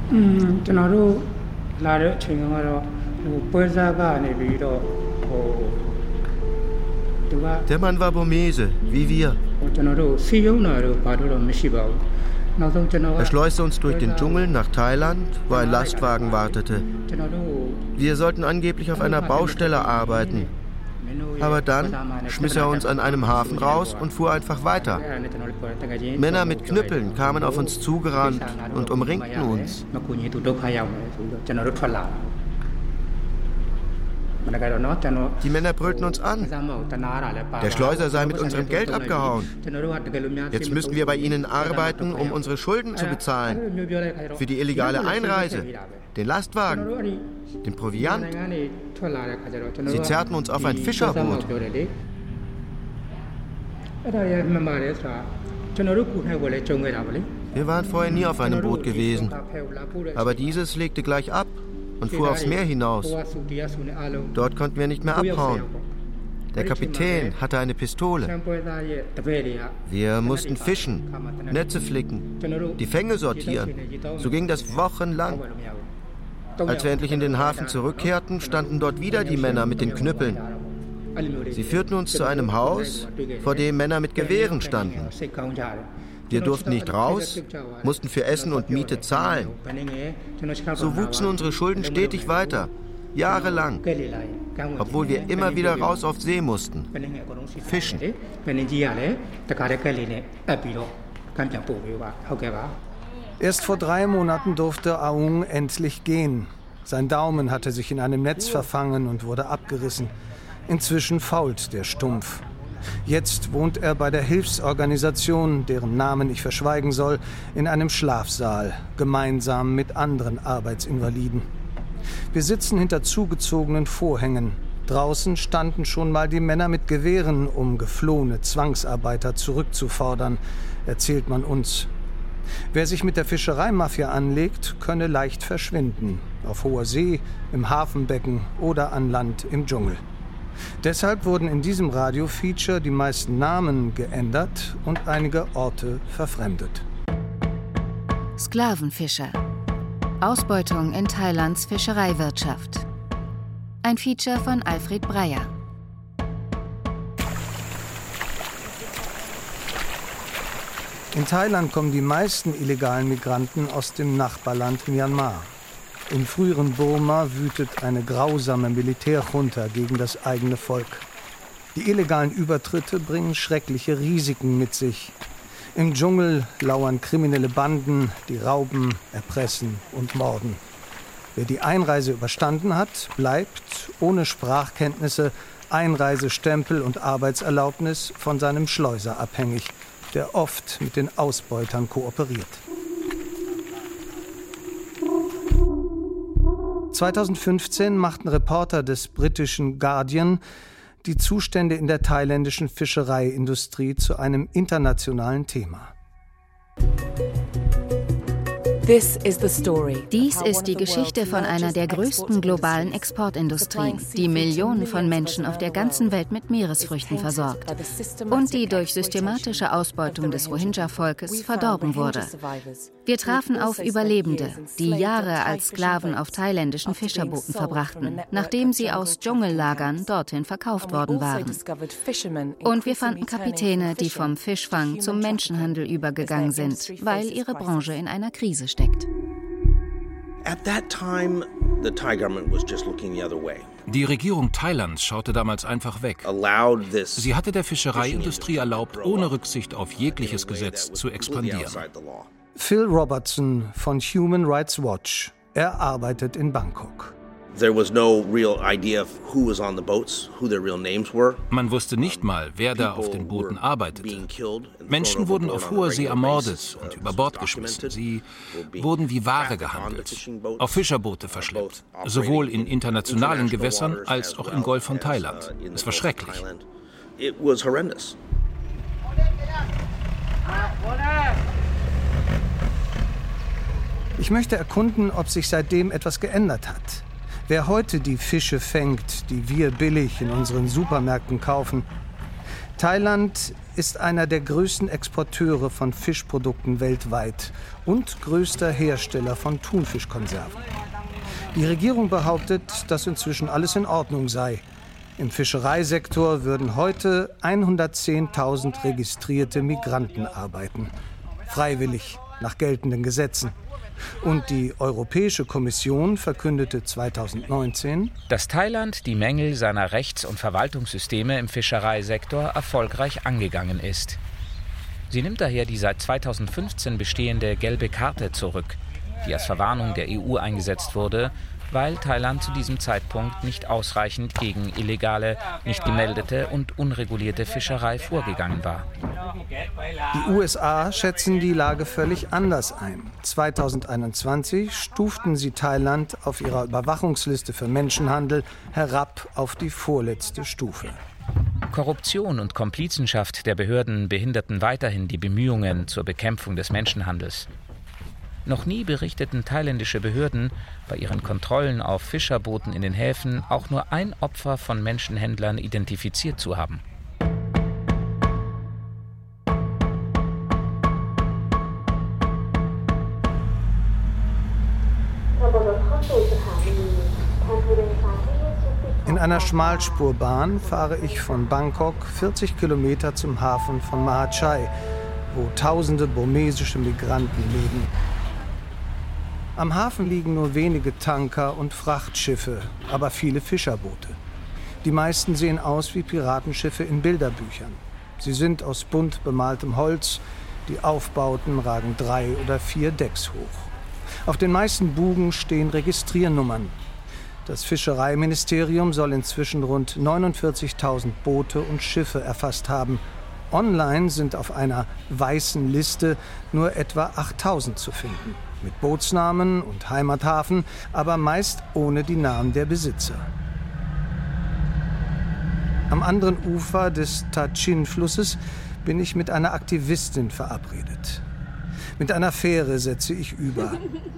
Der Mann war Burmese, wie wir. Er schleuste uns durch den Dschungel nach Thailand, wo ein Lastwagen wartete. Wir sollten angeblich auf einer Baustelle arbeiten. Aber dann schmiss er uns an einem Hafen raus und fuhr einfach weiter. Männer mit Knüppeln kamen auf uns zugerannt und umringten uns. Die Männer brüllten uns an. Der Schleuser sei mit unserem Geld abgehauen. Jetzt müssen wir bei ihnen arbeiten, um unsere Schulden zu bezahlen. Für die illegale Einreise, den Lastwagen, den Proviant. Sie zerrten uns auf ein Fischerboot. Wir waren vorher nie auf einem Boot gewesen. Aber dieses legte gleich ab und fuhr aufs Meer hinaus. Dort konnten wir nicht mehr abhauen. Der Kapitän hatte eine Pistole. Wir mussten fischen, Netze flicken, die Fänge sortieren. So ging das wochenlang. Als wir endlich in den Hafen zurückkehrten, standen dort wieder die Männer mit den Knüppeln. Sie führten uns zu einem Haus, vor dem Männer mit Gewehren standen. Wir durften nicht raus, mussten für Essen und Miete zahlen. So wuchsen unsere Schulden stetig weiter, jahrelang, obwohl wir immer wieder raus auf See mussten. Fischen. Erst vor 3 Monaten durfte Aung endlich gehen. Sein Daumen hatte sich in einem Netz verfangen und wurde abgerissen. Inzwischen fault der Stumpf. Jetzt wohnt er bei der Hilfsorganisation, deren Namen ich verschweigen soll, in einem Schlafsaal, gemeinsam mit anderen Arbeitsinvaliden. Wir sitzen hinter zugezogenen Vorhängen. Draußen standen schon mal die Männer mit Gewehren, um geflohene Zwangsarbeiter zurückzufordern, erzählt man uns. Wer sich mit der Fischereimafia anlegt, könne leicht verschwinden. Auf hoher See, im Hafenbecken oder an Land im Dschungel. Deshalb wurden in diesem Radio-Feature die meisten Namen geändert und einige Orte verfremdet. Sklavenfischer. Ausbeutung in Thailands Fischereiwirtschaft. Ein Feature von Alfred Breyer. In Thailand kommen die meisten illegalen Migranten aus dem Nachbarland Myanmar. Im früheren Burma wütet eine grausame Militärjunta gegen das eigene Volk. Die illegalen Übertritte bringen schreckliche Risiken mit sich. Im Dschungel lauern kriminelle Banden, die rauben, erpressen und morden. Wer die Einreise überstanden hat, bleibt ohne Sprachkenntnisse, Einreisestempel und Arbeitserlaubnis von seinem Schleuser abhängig, der oft mit den Ausbeutern kooperiert. 2015 machten Reporter des britischen Guardian die Zustände in der thailändischen Fischereiindustrie zu einem internationalen Thema. Dies ist die Geschichte von einer der größten globalen Exportindustrien, die Millionen von Menschen auf der ganzen Welt mit Meeresfrüchten versorgt und die durch systematische Ausbeutung des Rohingya-Volkes verdorben wurde. Wir trafen auf Überlebende, die Jahre als Sklaven auf thailändischen Fischerbooten verbrachten, nachdem sie aus Dschungellagern dorthin verkauft worden waren. Und wir fanden Kapitäne, die vom Fischfang zum Menschenhandel übergegangen sind, weil ihre Branche in einer Krise steckt. Die Regierung Thailands schaute damals einfach weg. Sie hatte der Fischereiindustrie erlaubt, ohne Rücksicht auf jegliches Gesetz zu expandieren. Phil Robertson von Human Rights Watch. Er arbeitet in Bangkok. Man wusste nicht mal, wer da auf den Booten arbeitete. Menschen wurden auf hoher See ermordet und über Bord geschmissen. Sie wurden wie Ware gehandelt, auf Fischerboote verschleppt, sowohl in internationalen Gewässern als auch im Golf von Thailand. Es war schrecklich. Ich möchte erkunden, ob sich seitdem etwas geändert hat. Wer heute die Fische fängt, die wir billig in unseren Supermärkten kaufen. Thailand ist einer der größten Exporteure von Fischprodukten weltweit und größter Hersteller von Thunfischkonserven. Die Regierung behauptet, dass inzwischen alles in Ordnung sei. Im Fischereisektor würden heute 110.000 registrierte Migranten arbeiten. Freiwillig, nach geltenden Gesetzen. Und die Europäische Kommission verkündete 2019, dass Thailand die Mängel seiner Rechts- und Verwaltungssysteme im Fischereisektor erfolgreich angegangen ist. Sie nimmt daher die seit 2015 bestehende gelbe Karte zurück, die als Verwarnung der EU eingesetzt wurde, weil Thailand zu diesem Zeitpunkt nicht ausreichend gegen illegale, nicht gemeldete und unregulierte Fischerei vorgegangen war. Die USA schätzen die Lage völlig anders ein. 2021 stuften sie Thailand auf ihrer Überwachungsliste für Menschenhandel herab auf die vorletzte Stufe. Korruption und Komplizenschaft der Behörden behinderten weiterhin die Bemühungen zur Bekämpfung des Menschenhandels. Noch nie berichteten thailändische Behörden bei ihren Kontrollen auf Fischerbooten in den Häfen auch nur ein Opfer von Menschenhändlern identifiziert zu haben. In einer Schmalspurbahn fahre ich von Bangkok 40 Kilometer zum Hafen von Mahachai, wo tausende burmesische Migranten leben. Am Hafen liegen nur wenige Tanker und Frachtschiffe, aber viele Fischerboote. Die meisten sehen aus wie Piratenschiffe in Bilderbüchern. Sie sind aus bunt bemaltem Holz, die Aufbauten ragen 3 oder 4 Decks hoch. Auf den meisten Bugen stehen Registriernummern. Das Fischereiministerium soll inzwischen rund 49.000 Boote und Schiffe erfasst haben. Online sind auf einer weißen Liste nur etwa 8.000 zu finden. Mit Bootsnamen und Heimathafen, aber meist ohne die Namen der Besitzer. Am anderen Ufer des Ta-Chin-Flusses bin ich mit einer Aktivistin verabredet. Mit einer Fähre setze ich über.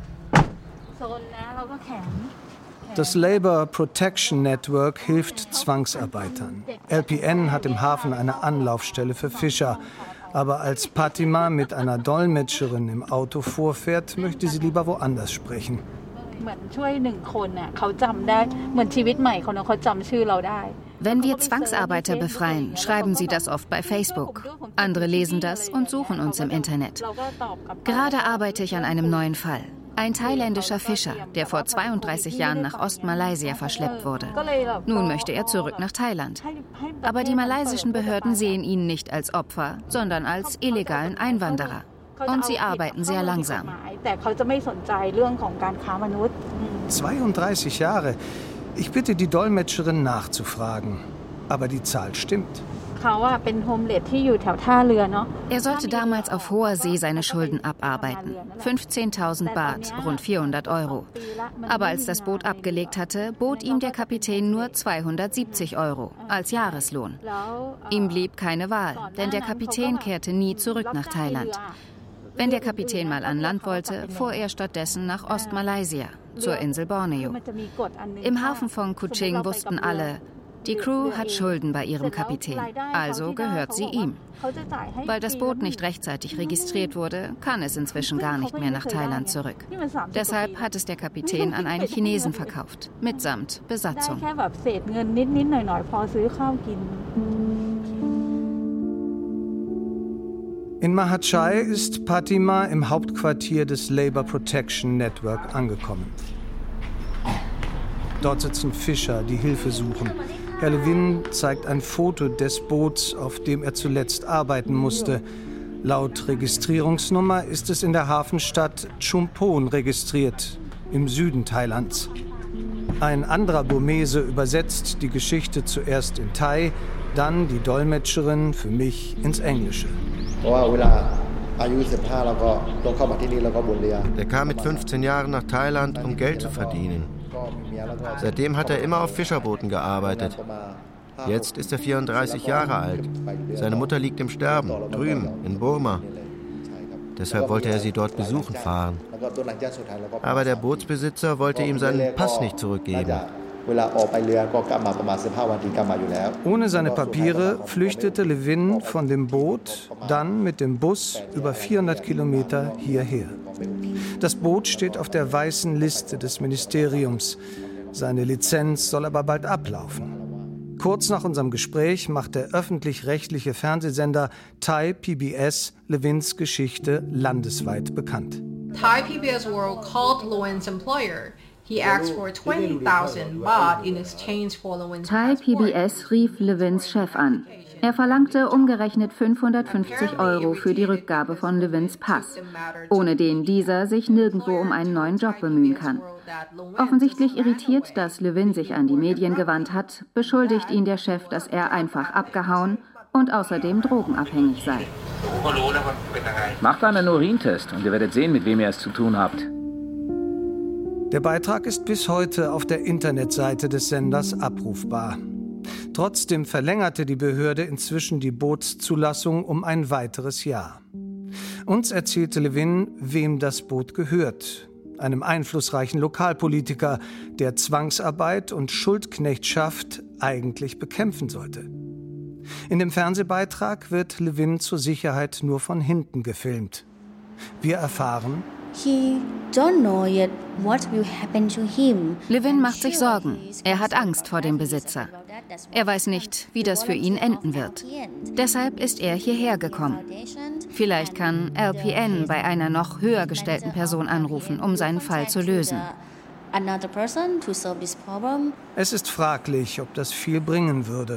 Das Labour Protection Network hilft Zwangsarbeitern. LPN hat im Hafen eine Anlaufstelle für Fischer. Aber als Patima mit einer Dolmetscherin im Auto vorfährt, möchte sie lieber woanders sprechen. Wenn wir Zwangsarbeiter befreien, schreiben sie das oft bei Facebook. Andere lesen das und suchen uns im Internet. Gerade arbeite ich an einem neuen Fall. Ein thailändischer Fischer, der vor 32 Jahren nach Ostmalaysia verschleppt wurde. Nun möchte er zurück nach Thailand. Aber die malaysischen Behörden sehen ihn nicht als Opfer, sondern als illegalen Einwanderer. Und sie arbeiten sehr langsam. 32 Jahre. Ich bitte die Dolmetscherin nachzufragen. Aber die Zahl stimmt. Er sollte damals auf hoher See seine Schulden abarbeiten. 15.000 Baht, rund 400 €. Aber als das Boot abgelegt hatte, bot ihm der Kapitän nur 270 € als Jahreslohn. Ihm blieb keine Wahl, denn der Kapitän kehrte nie zurück nach Thailand. Wenn der Kapitän mal an Land wollte, fuhr er stattdessen nach Ostmalaysia, zur Insel Borneo. Im Hafen von Kuching wussten alle, die Crew hat Schulden bei ihrem Kapitän, also gehört sie ihm. Weil das Boot nicht rechtzeitig registriert wurde, kann es inzwischen gar nicht mehr nach Thailand zurück. Deshalb hat es der Kapitän an einen Chinesen verkauft, mitsamt Besatzung. In Mahachai ist Patima im Hauptquartier des Labour Protection Network angekommen. Dort sitzen Fischer, die Hilfe suchen. Herr Levin zeigt ein Foto des Boots, auf dem er zuletzt arbeiten musste. Laut Registrierungsnummer ist es in der Hafenstadt Chumpon registriert, im Süden Thailands. Ein anderer Burmese übersetzt die Geschichte zuerst in Thai, dann die Dolmetscherin für mich ins Englische. Der kam mit 15 Jahren nach Thailand, um Geld zu verdienen. Seitdem hat er immer auf Fischerbooten gearbeitet. Jetzt ist er 34 Jahre alt. Seine Mutter liegt im Sterben, drüben in Burma. Deshalb wollte er sie dort besuchen fahren. Aber der Bootsbesitzer wollte ihm seinen Pass nicht zurückgeben. Ohne seine Papiere flüchtete Levin von dem Boot, dann mit dem Bus über 400 Kilometer hierher. Das Boot steht auf der weißen Liste des Ministeriums. Seine Lizenz soll aber bald ablaufen. Kurz nach unserem Gespräch macht der öffentlich-rechtliche Fernsehsender Thai PBS Levins Geschichte landesweit bekannt. Thai PBS World called Levin's employer. He asked for 20,000 baht in exchange for Levin's Thai PBS rief Levins Chef an. Er verlangte umgerechnet 550 € für die Rückgabe von Levins Pass, ohne den dieser sich nirgendwo um einen neuen Job bemühen kann. Offensichtlich irritiert, dass Levin sich an die Medien gewandt hat, beschuldigt ihn der Chef, dass er einfach abgehauen und außerdem drogenabhängig sei. Macht einen Urintest und ihr werdet sehen, mit wem ihr es zu tun habt. Der Beitrag ist bis heute auf der Internetseite des Senders abrufbar. Trotzdem verlängerte die Behörde inzwischen die Bootszulassung um ein weiteres Jahr. Uns erzählte Levin, wem das Boot gehört. Einem einflussreichen Lokalpolitiker, der Zwangsarbeit und Schuldknechtschaft eigentlich bekämpfen sollte. In dem Fernsehbeitrag wird Levin zur Sicherheit nur von hinten gefilmt. Wir erfahren: Levin macht sich Sorgen. Er hat Angst vor dem Besitzer. Er weiß nicht, wie das für ihn enden wird. Deshalb ist er hierher gekommen. Vielleicht kann LPN bei einer noch höher gestellten Person anrufen, um seinen Fall zu lösen. Es ist fraglich, ob das viel bringen würde.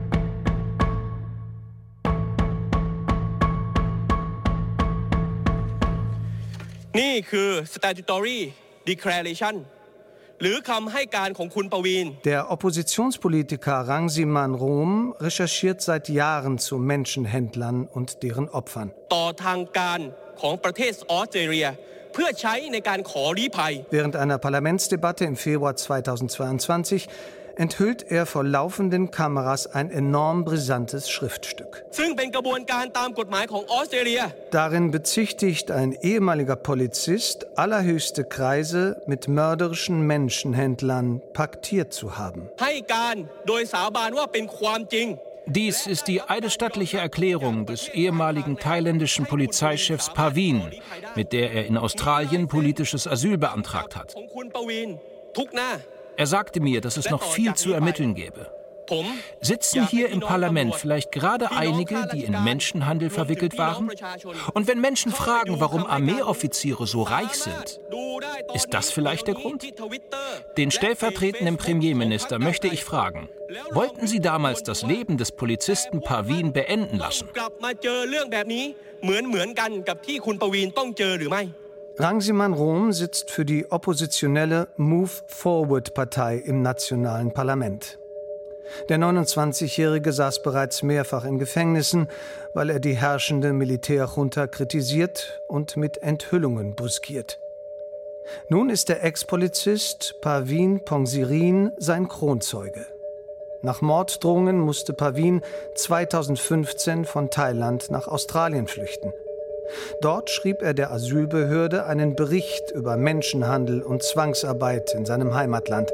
Der Oppositionspolitiker Rangsiman Rome recherchiert seit Jahren zu Menschenhändlern und deren Opfern. Während einer Parlamentsdebatte im Februar 2022 enthüllt er vor laufenden Kameras ein enorm brisantes Schriftstück. Darin bezichtigt ein ehemaliger Polizist allerhöchste Kreise mit mörderischen Menschenhändlern paktiert zu haben. Dies ist die eidesstattliche Erklärung des ehemaligen thailändischen Polizeichefs Pravin, mit der er in Australien politisches Asyl beantragt hat. Er sagte mir, dass es noch viel zu ermitteln gäbe. Sitzen hier im Parlament vielleicht gerade einige, die in Menschenhandel verwickelt waren? Und wenn Menschen fragen, warum Armeeoffiziere so reich sind, ist das vielleicht der Grund? Den stellvertretenden Premierminister möchte ich fragen: Wollten Sie damals das Leben des Polizisten Pravin beenden lassen? Rangsiman Rome sitzt für die oppositionelle Move Forward-Partei im nationalen Parlament. Der 29-Jährige saß bereits mehrfach in Gefängnissen, weil er die herrschende Militärjunta kritisiert und mit Enthüllungen brüskiert. Nun ist der Ex-Polizist Pravin Pongsirin sein Kronzeuge. Nach Morddrohungen musste Pravin 2015 von Thailand nach Australien flüchten. Dort schrieb er der Asylbehörde einen Bericht über Menschenhandel und Zwangsarbeit in seinem Heimatland.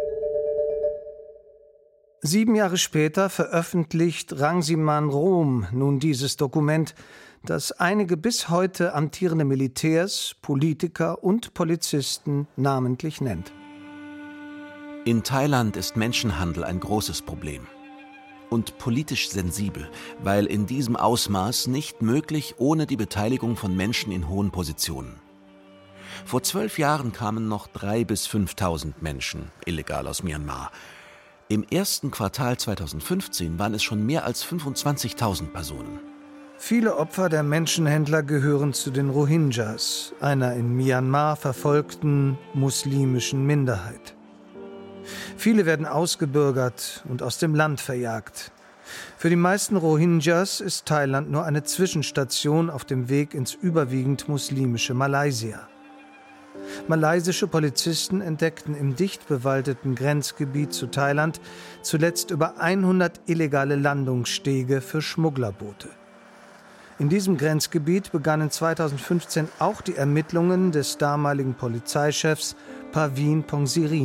7 Jahre später veröffentlicht Rangsiman Rome nun dieses Dokument, das einige bis heute amtierende Militärs, Politiker und Polizisten namentlich nennt. In Thailand ist Menschenhandel ein großes Problem. Und politisch sensibel, weil in diesem Ausmaß nicht möglich ohne die Beteiligung von Menschen in hohen Positionen. Vor 12 Jahren kamen noch 3.000 bis 5.000 Menschen illegal aus Myanmar. Im ersten Quartal 2015 waren es schon mehr als 25.000 Personen. Viele Opfer der Menschenhändler gehören zu den Rohingyas, einer in Myanmar verfolgten muslimischen Minderheit. Viele werden ausgebürgert und aus dem Land verjagt. Für die meisten Rohingyas ist Thailand nur eine Zwischenstation auf dem Weg ins überwiegend muslimische Malaysia. Malaysische Polizisten entdeckten im dicht bewaldeten Grenzgebiet zu Thailand zuletzt über 100 illegale Landungsstege für Schmugglerboote. In diesem Grenzgebiet begannen 2015 auch die Ermittlungen des damaligen Polizeichefs Pravin Pongsirin.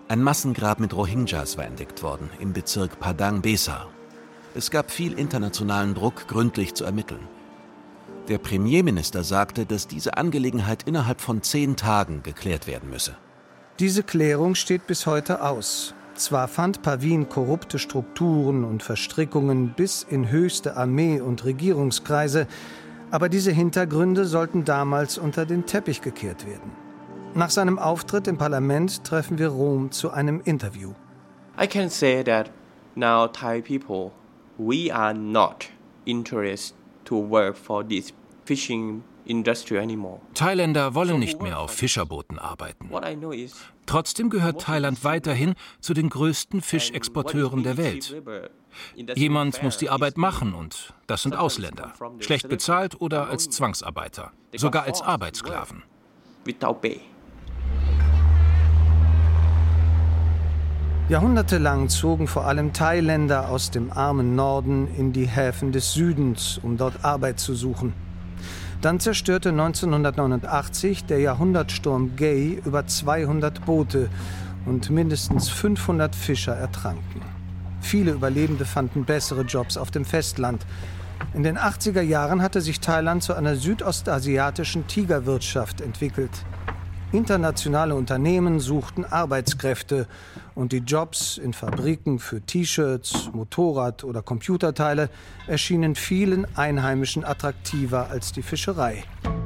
Ein Massengrab mit Rohingyas war entdeckt worden, im Bezirk Padang Besar. Es gab viel internationalen Druck, gründlich zu ermitteln. Der Premierminister sagte, dass diese Angelegenheit innerhalb von 10 Tagen geklärt werden müsse. Diese Klärung steht bis heute aus. Zwar fand Parvin korrupte Strukturen und Verstrickungen bis in höchste Armee- und Regierungskreise, aber diese Hintergründe sollten damals unter den Teppich gekehrt werden. Nach seinem Auftritt im Parlament treffen wir Rom zu einem Interview. I can say that now Thai people, we are not interested to work for this fishing industry anymore. Thailänder wollen nicht mehr auf Fischerbooten arbeiten. Trotzdem gehört Thailand weiterhin zu den größten Fischexporteuren der Welt. Jemand muss die Arbeit machen und das sind Ausländer. Schlecht bezahlt oder als Zwangsarbeiter. Sogar als Arbeitssklaven. Jahrhundertelang zogen vor allem Thailänder aus dem armen Norden in die Häfen des Südens, um dort Arbeit zu suchen. Dann zerstörte 1989 der Jahrhundertsturm Gay über 200 Boote und mindestens 500 Fischer ertranken. Viele Überlebende fanden bessere Jobs auf dem Festland. In den 80er Jahren hatte sich Thailand zu einer südostasiatischen Tigerwirtschaft entwickelt. Internationale Unternehmen suchten Arbeitskräfte und die Jobs in Fabriken für T-Shirts, Motorrad- oder Computerteile erschienen vielen Einheimischen attraktiver als die Fischerei.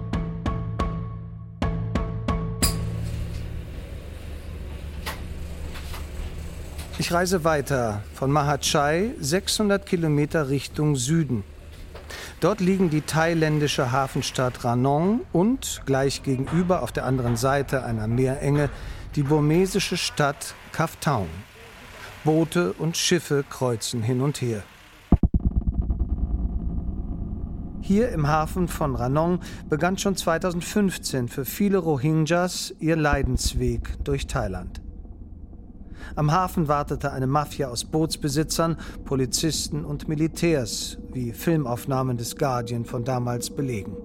Ich reise weiter von Mahachai 600 Kilometer Richtung Süden. Dort liegen die thailändische Hafenstadt Ranong und gleich gegenüber auf der anderen Seite einer Meerenge die burmesische Stadt Kaftaung. Boote und Schiffe kreuzen hin und her. Hier im Hafen von Ranong begann schon 2015 für viele Rohingyas ihr Leidensweg durch Thailand. Am Hafen wartete eine Mafia aus Bootsbesitzern, Polizisten und Militärs, wie Filmaufnahmen des Guardian von damals belegen.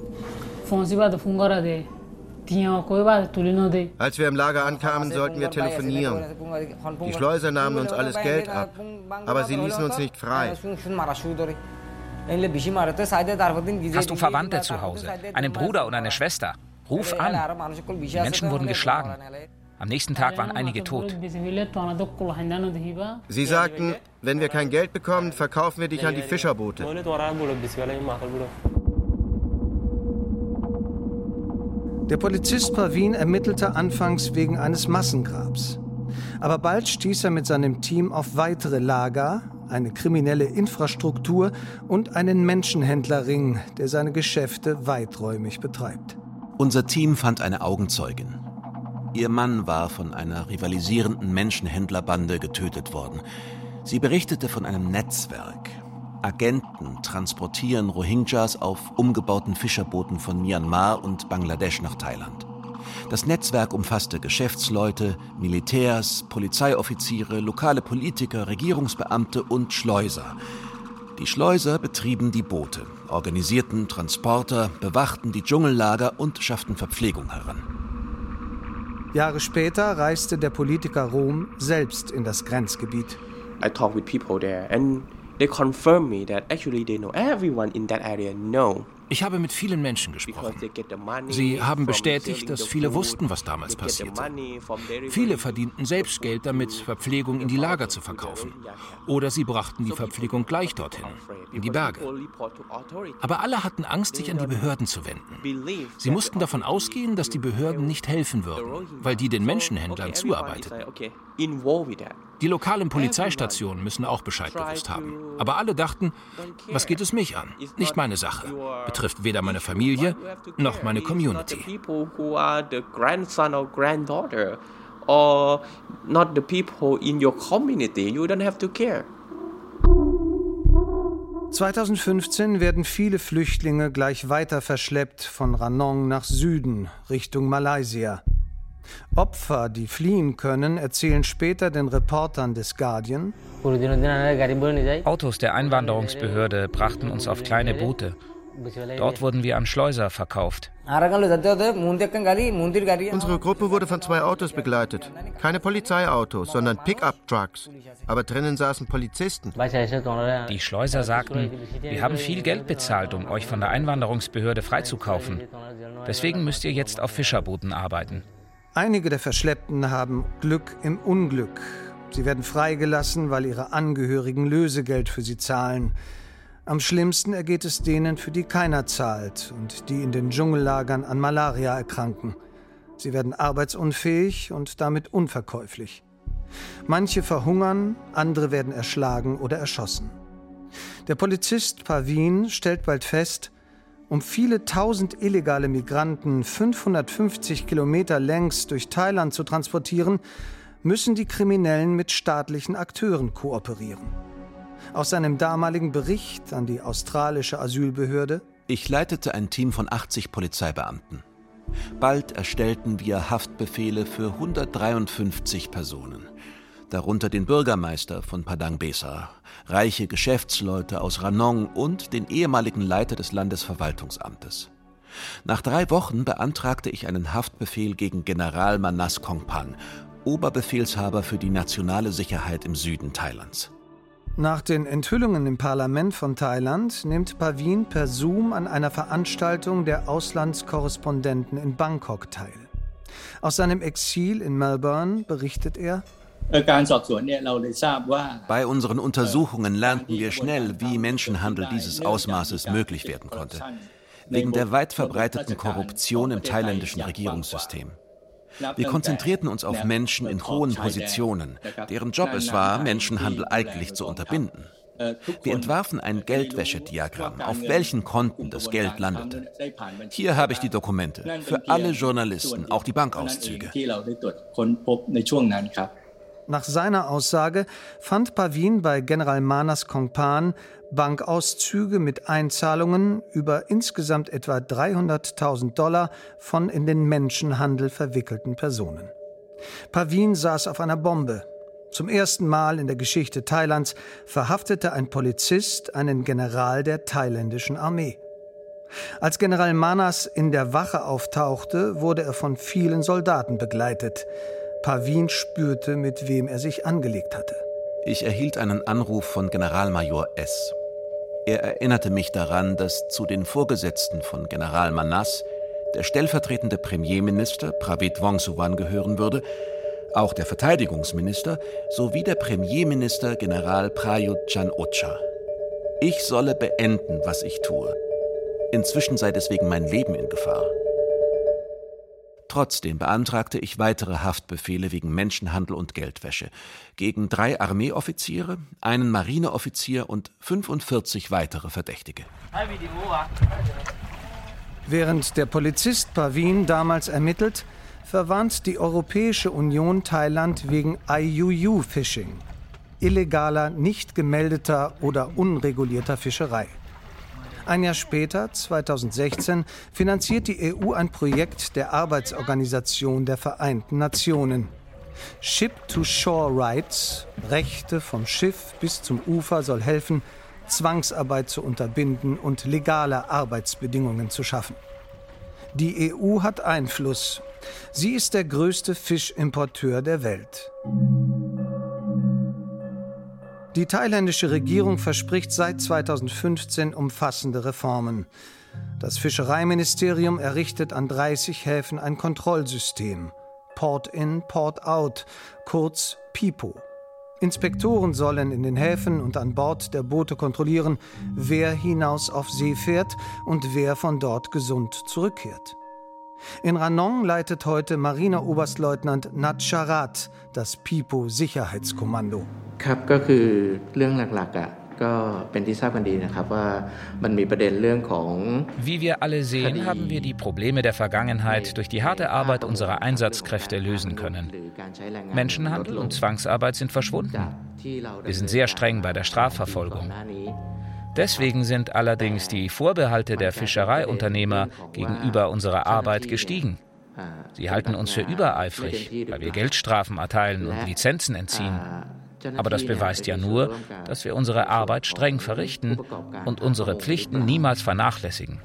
Als wir im Lager ankamen, sollten wir telefonieren. Die Schleuser nahmen uns alles Geld ab, aber sie ließen uns nicht frei. Hast du Verwandte zu Hause? Einen Bruder oder eine Schwester? Ruf an. Die Menschen wurden geschlagen. Am nächsten Tag waren einige tot. Sie sagten, wenn wir kein Geld bekommen, verkaufen wir dich an die Fischerboote. Der Polizist Parvin ermittelte anfangs wegen eines Massengrabs. Aber bald stieß er mit seinem Team auf weitere Lager, eine kriminelle Infrastruktur und einen Menschenhändlerring, der seine Geschäfte weiträumig betreibt. Unser Team fand eine Augenzeugin. Ihr Mann war von einer rivalisierenden Menschenhändlerbande getötet worden. Sie berichtete von einem Netzwerk. Agenten transportieren Rohingyas auf umgebauten Fischerbooten von Myanmar und Bangladesch nach Thailand. Das Netzwerk umfasste Geschäftsleute, Militärs, Polizeioffiziere, lokale Politiker, Regierungsbeamte und Schleuser. Die Schleuser betrieben die Boote, organisierten Transporter, bewachten die Dschungellager und schafften Verpflegung heran. Jahre später reiste der Politiker Rom selbst in das Grenzgebiet. I talk with people there and they confirm me that actually they know everyone in that area know. Ich habe mit vielen Menschen gesprochen. Sie haben bestätigt, dass viele wussten, was damals passierte. Viele verdienten selbst Geld damit, Verpflegung in die Lager zu verkaufen. Oder sie brachten die Verpflegung gleich dorthin, in die Berge. Aber alle hatten Angst, sich an die Behörden zu wenden. Sie mussten davon ausgehen, dass die Behörden nicht helfen würden, weil die den Menschenhändlern zuarbeiteten. Die lokalen Polizeistationen müssen auch Bescheid gewusst haben. Aber alle dachten, was geht es mich an? Nicht meine Sache. Betrifft weder meine Familie noch meine Community. 2015 werden viele Flüchtlinge gleich weiter verschleppt von Ranong nach Süden, Richtung Malaysia. Opfer, die fliehen können, erzählen später den Reportern des Guardian: Autos der Einwanderungsbehörde brachten uns auf kleine Boote. Dort wurden wir an Schleuser verkauft. Unsere Gruppe wurde von 2 Autos begleitet. Keine Polizeiautos, sondern Pickup-Trucks. Aber drinnen saßen Polizisten. Die Schleuser sagten, wir haben viel Geld bezahlt, um euch von der Einwanderungsbehörde freizukaufen. Deswegen müsst ihr jetzt auf Fischerbooten arbeiten. Einige der Verschleppten haben Glück im Unglück. Sie werden freigelassen, weil ihre Angehörigen Lösegeld für sie zahlen. Am schlimmsten ergeht es denen, für die keiner zahlt und die in den Dschungellagern an Malaria erkranken. Sie werden arbeitsunfähig und damit unverkäuflich. Manche verhungern, andere werden erschlagen oder erschossen. Der Polizist Parveen stellt bald fest, um viele tausend illegale Migranten 550 Kilometer längs durch Thailand zu transportieren, müssen die Kriminellen mit staatlichen Akteuren kooperieren. Aus seinem damaligen Bericht an die australische Asylbehörde: Ich leitete ein Team von 80 Polizeibeamten. Bald erstellten wir Haftbefehle für 153 Personen, darunter den Bürgermeister von Padang Besar, reiche Geschäftsleute aus Ranong und den ehemaligen Leiter des Landesverwaltungsamtes. Nach 3 Wochen beantragte ich einen Haftbefehl gegen General Manas Kongpan, Oberbefehlshaber für die nationale Sicherheit im Süden Thailands. Nach den Enthüllungen im Parlament von Thailand nimmt Parveen per Zoom an einer Veranstaltung der Auslandskorrespondenten in Bangkok teil. Aus seinem Exil in Melbourne berichtet er: Bei unseren Untersuchungen lernten wir schnell, wie Menschenhandel dieses Ausmaßes möglich werden konnte, wegen der weit verbreiteten Korruption im thailändischen Regierungssystem. Wir konzentrierten uns auf Menschen in hohen Positionen, deren Job es war, Menschenhandel eigentlich zu unterbinden. Wir entwarfen ein Geldwäschediagramm, auf welchen Konten das Geld landete. Hier habe ich die Dokumente, für alle Journalisten, auch die Bankauszüge. Nach seiner Aussage fand Parveen bei General Manas Kongpan Bankauszüge mit Einzahlungen über insgesamt etwa $300.000 von in den Menschenhandel verwickelten Personen. Parveen saß auf einer Bombe. Zum ersten Mal in der Geschichte Thailands verhaftete ein Polizist einen General der thailändischen Armee. Als General Manas in der Wache auftauchte, wurde er von vielen Soldaten begleitet. Parveen spürte, mit wem er sich angelegt hatte. Ich erhielt einen Anruf von Generalmajor S. Er erinnerte mich daran, dass zu den Vorgesetzten von General Manas der stellvertretende Premierminister Pravitt Wongsuwan gehören würde, auch der Verteidigungsminister sowie der Premierminister General Prayut Chan-o-cha. Ich solle beenden, was ich tue. Inzwischen sei deswegen mein Leben in Gefahr. Trotzdem beantragte ich weitere Haftbefehle wegen Menschenhandel und Geldwäsche gegen 3 Armeeoffiziere, einen Marineoffizier und 45 weitere Verdächtige. Während der Polizist Parveen damals ermittelt, verwarnt die Europäische Union Thailand wegen IUU-Fishing, illegaler, nicht gemeldeter oder unregulierter Fischerei. Ein Jahr später, 2016, finanziert die EU ein Projekt der Arbeitsorganisation der Vereinten Nationen. Ship-to-Shore Rights, Rechte vom Schiff bis zum Ufer, soll helfen, Zwangsarbeit zu unterbinden und legale Arbeitsbedingungen zu schaffen. Die EU hat Einfluss. Sie ist der größte Fischimporteur der Welt. Die thailändische Regierung verspricht seit 2015 umfassende Reformen. Das Fischereiministerium errichtet an 30 Häfen ein Kontrollsystem. Port in, Port out, kurz PIPO. Inspektoren sollen in den Häfen und an Bord der Boote kontrollieren, wer hinaus auf See fährt und wer von dort gesund zurückkehrt. In Ranong leitet heute Marineoberstleutnant Nat Charat das PIPO-Sicherheitskommando. Wie wir alle sehen, haben wir die Probleme der Vergangenheit durch die harte Arbeit unserer Einsatzkräfte lösen können. Menschenhandel und Zwangsarbeit sind verschwunden. Wir sind sehr streng bei der Strafverfolgung. Deswegen sind allerdings die Vorbehalte der Fischereiunternehmer gegenüber unserer Arbeit gestiegen. Sie halten uns für übereifrig, weil wir Geldstrafen erteilen und Lizenzen entziehen. Aber das beweist ja nur, dass wir unsere Arbeit streng verrichten und unsere Pflichten niemals vernachlässigen.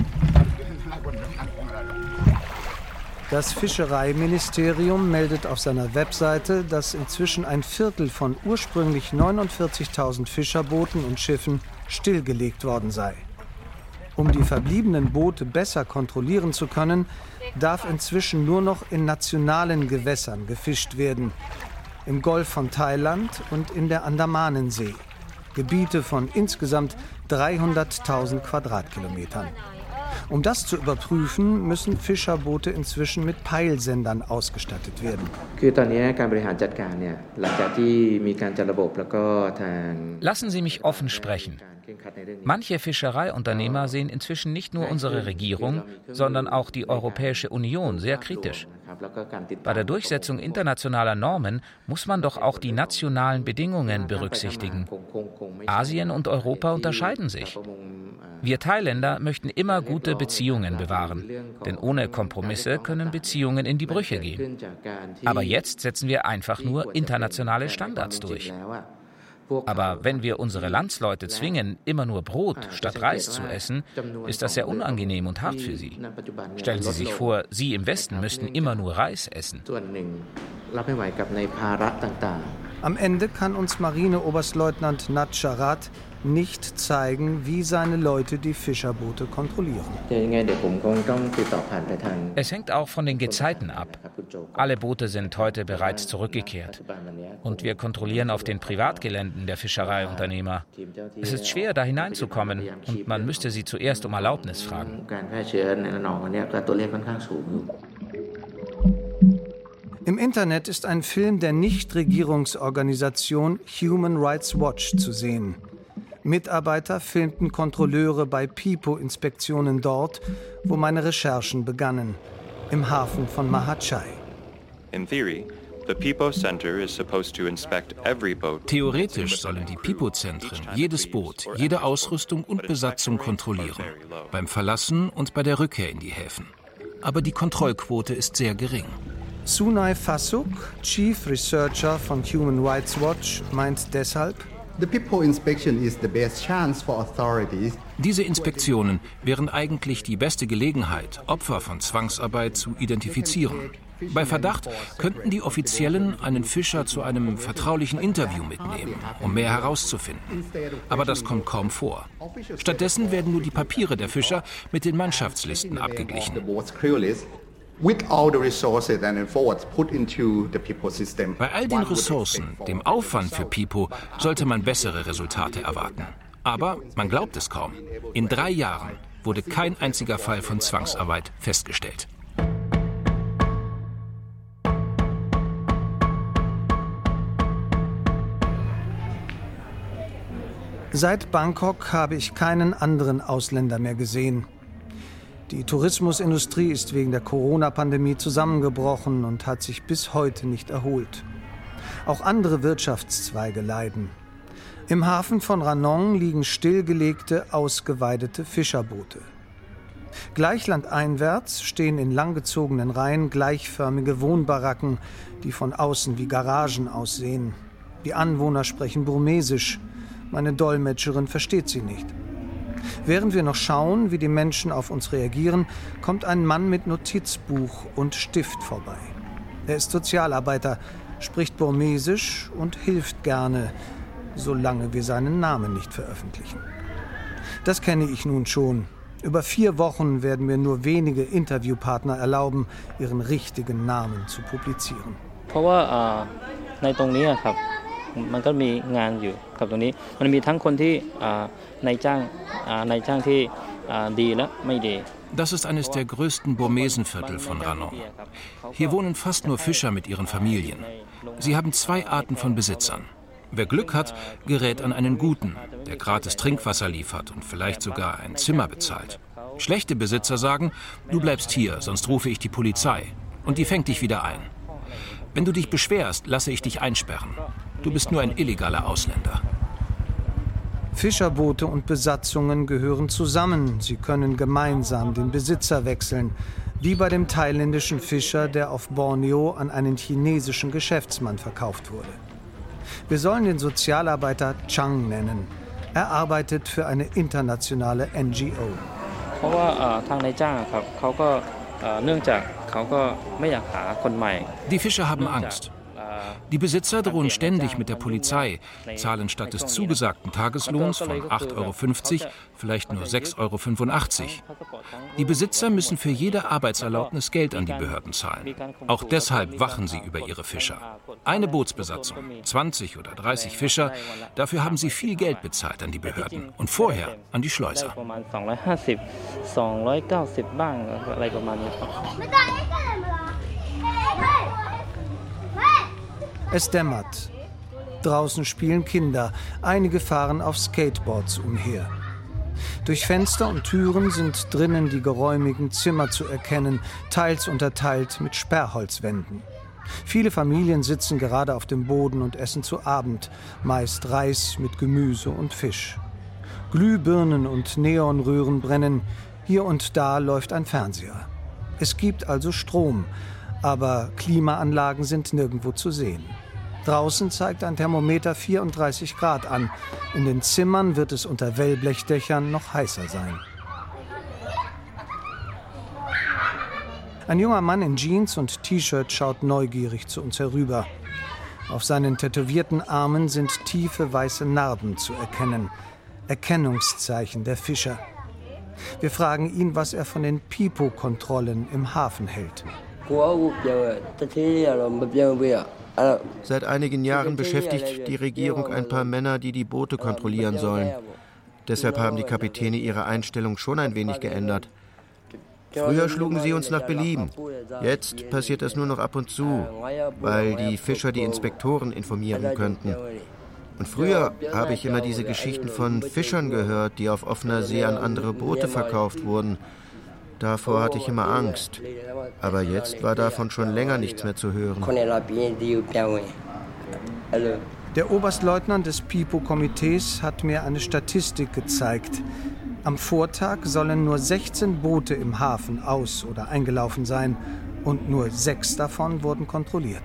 Das Fischereiministerium meldet auf seiner Webseite, dass inzwischen ein Viertel von ursprünglich 49.000 Fischerbooten und Schiffen stillgelegt worden sei. Um die verbliebenen Boote besser kontrollieren zu können, darf inzwischen nur noch in nationalen Gewässern gefischt werden. Im Golf von Thailand und in der Andamanensee. Gebiete von insgesamt 300.000 Quadratkilometern. Um das zu überprüfen, müssen Fischerboote inzwischen mit Peilsendern ausgestattet werden. Lassen Sie mich offen sprechen. Manche Fischereiunternehmer sehen inzwischen nicht nur unsere Regierung, sondern auch die Europäische Union sehr kritisch. Bei der Durchsetzung internationaler Normen muss man doch auch die nationalen Bedingungen berücksichtigen. Asien und Europa unterscheiden sich. Wir Thailänder möchten immer gute Beziehungen bewahren, denn ohne Kompromisse können Beziehungen in die Brüche gehen. Aber jetzt setzen wir einfach nur internationale Standards durch. Aber wenn wir unsere Landsleute zwingen, immer nur Brot statt Reis zu essen, ist das sehr unangenehm und hart für sie. Stellen Sie sich vor, Sie im Westen müssten immer nur Reis essen. Am Ende kann uns Marineoberstleutnant Nat Charat nicht zeigen, wie seine Leute die Fischerboote kontrollieren. Es hängt auch von den Gezeiten ab. Alle Boote sind heute bereits zurückgekehrt. Und wir kontrollieren auf den Privatgeländen der Fischereiunternehmer. Es ist schwer, da hineinzukommen und man müsste sie zuerst um Erlaubnis fragen. Im Internet ist ein Film der Nichtregierungsorganisation Human Rights Watch zu sehen. Mitarbeiter filmten Kontrolleure bei PIPO-Inspektionen dort, wo meine Recherchen begannen, im Hafen von Mahachai. Theoretisch sollen die PIPO-Zentren jedes Boot, jede Ausrüstung und Besatzung kontrollieren, beim Verlassen und bei der Rückkehr in die Häfen. Aber die Kontrollquote ist sehr gering. Sunay Fasuk, Chief Researcher von Human Rights Watch, meint deshalb: Diese Inspektionen wären eigentlich die beste Gelegenheit, Opfer von Zwangsarbeit zu identifizieren. Bei Verdacht könnten die Offiziellen einen Fischer zu einem vertraulichen Interview mitnehmen, um mehr herauszufinden. Aber das kommt kaum vor. Stattdessen werden nur die Papiere der Fischer mit den Mannschaftslisten abgeglichen. Bei all den Ressourcen, dem Aufwand für PIPO, sollte man bessere Resultate erwarten. Aber man glaubt es kaum. In 3 Jahren wurde kein einziger Fall von Zwangsarbeit festgestellt. Seit Bangkok habe ich keinen anderen Ausländer mehr gesehen. Die Tourismusindustrie ist wegen der Corona-Pandemie zusammengebrochen und hat sich bis heute nicht erholt. Auch andere Wirtschaftszweige leiden. Im Hafen von Ranong liegen stillgelegte, ausgeweidete Fischerboote. Gleich landeinwärts stehen in langgezogenen Reihen gleichförmige Wohnbaracken, die von außen wie Garagen aussehen. Die Anwohner sprechen Burmesisch. Meine Dolmetscherin versteht sie nicht. Während wir noch schauen, wie die Menschen auf uns reagieren, kommt ein Mann mit Notizbuch und Stift vorbei. Er ist Sozialarbeiter, spricht Burmesisch und hilft gerne, solange wir seinen Namen nicht veröffentlichen. Das kenne ich nun schon. Über 4 Wochen werden mir nur wenige Interviewpartner erlauben, ihren richtigen Namen zu publizieren. Das ist eines der größten Burmesenviertel von Ranong. Hier wohnen fast nur Fischer mit ihren Familien. Sie haben 2 Arten von Besitzern. Wer Glück hat, gerät an einen Guten, der gratis Trinkwasser liefert und vielleicht sogar ein Zimmer bezahlt. Schlechte Besitzer sagen, du bleibst hier, sonst rufe ich die Polizei. Und die fängt dich wieder ein. Wenn du dich beschwerst, lasse ich dich einsperren. Du bist nur ein illegaler Ausländer. Fischerboote und Besatzungen gehören zusammen. Sie können gemeinsam den Besitzer wechseln. Wie bei dem thailändischen Fischer, der auf Borneo an einen chinesischen Geschäftsmann verkauft wurde. Wir sollen den Sozialarbeiter Chang nennen. Er arbeitet für eine internationale NGO. Die Fischer haben Angst. Die Besitzer drohen ständig mit der Polizei, zahlen statt des zugesagten Tageslohns von 8,50 € vielleicht nur 6,85 €. Die Besitzer müssen für jede Arbeitserlaubnis Geld an die Behörden zahlen. Auch deshalb wachen sie über ihre Fischer. Eine Bootsbesatzung, 20 oder 30 Fischer, dafür haben sie viel Geld bezahlt an die Behörden und vorher an die Schleuser. Es dämmert. Draußen spielen Kinder. Einige fahren auf Skateboards umher. Durch Fenster und Türen sind drinnen die geräumigen Zimmer zu erkennen, teils unterteilt mit Sperrholzwänden. Viele Familien sitzen gerade auf dem Boden und essen zu Abend, meist Reis mit Gemüse und Fisch. Glühbirnen und Neonröhren brennen, hier und da läuft ein Fernseher. Es gibt also Strom, aber Klimaanlagen sind nirgendwo zu sehen. Draußen zeigt ein Thermometer 34 Grad an. In den Zimmern wird es unter Wellblechdächern noch heißer sein. Ein junger Mann in Jeans und T-Shirt schaut neugierig zu uns herüber. Auf seinen tätowierten Armen sind tiefe weiße Narben zu erkennen. Erkennungszeichen der Fischer. Wir fragen ihn, was er von den Pipo-Kontrollen im Hafen hält. Seit einigen Jahren beschäftigt die Regierung ein paar Männer, die die Boote kontrollieren sollen. Deshalb haben die Kapitäne ihre Einstellung schon ein wenig geändert. Früher schlugen sie uns nach Belieben. Jetzt passiert das nur noch ab und zu, weil die Fischer die Inspektoren informieren könnten. Und früher habe ich immer diese Geschichten von Fischern gehört, die auf offener See an andere Boote verkauft wurden. Davor hatte ich immer Angst. Aber jetzt war davon schon länger nichts mehr zu hören. Der Oberstleutnant des Pipo-Komitees hat mir eine Statistik gezeigt. Am Vortag sollen nur 16 Boote im Hafen aus- oder eingelaufen sein. Und nur 6 davon wurden kontrolliert.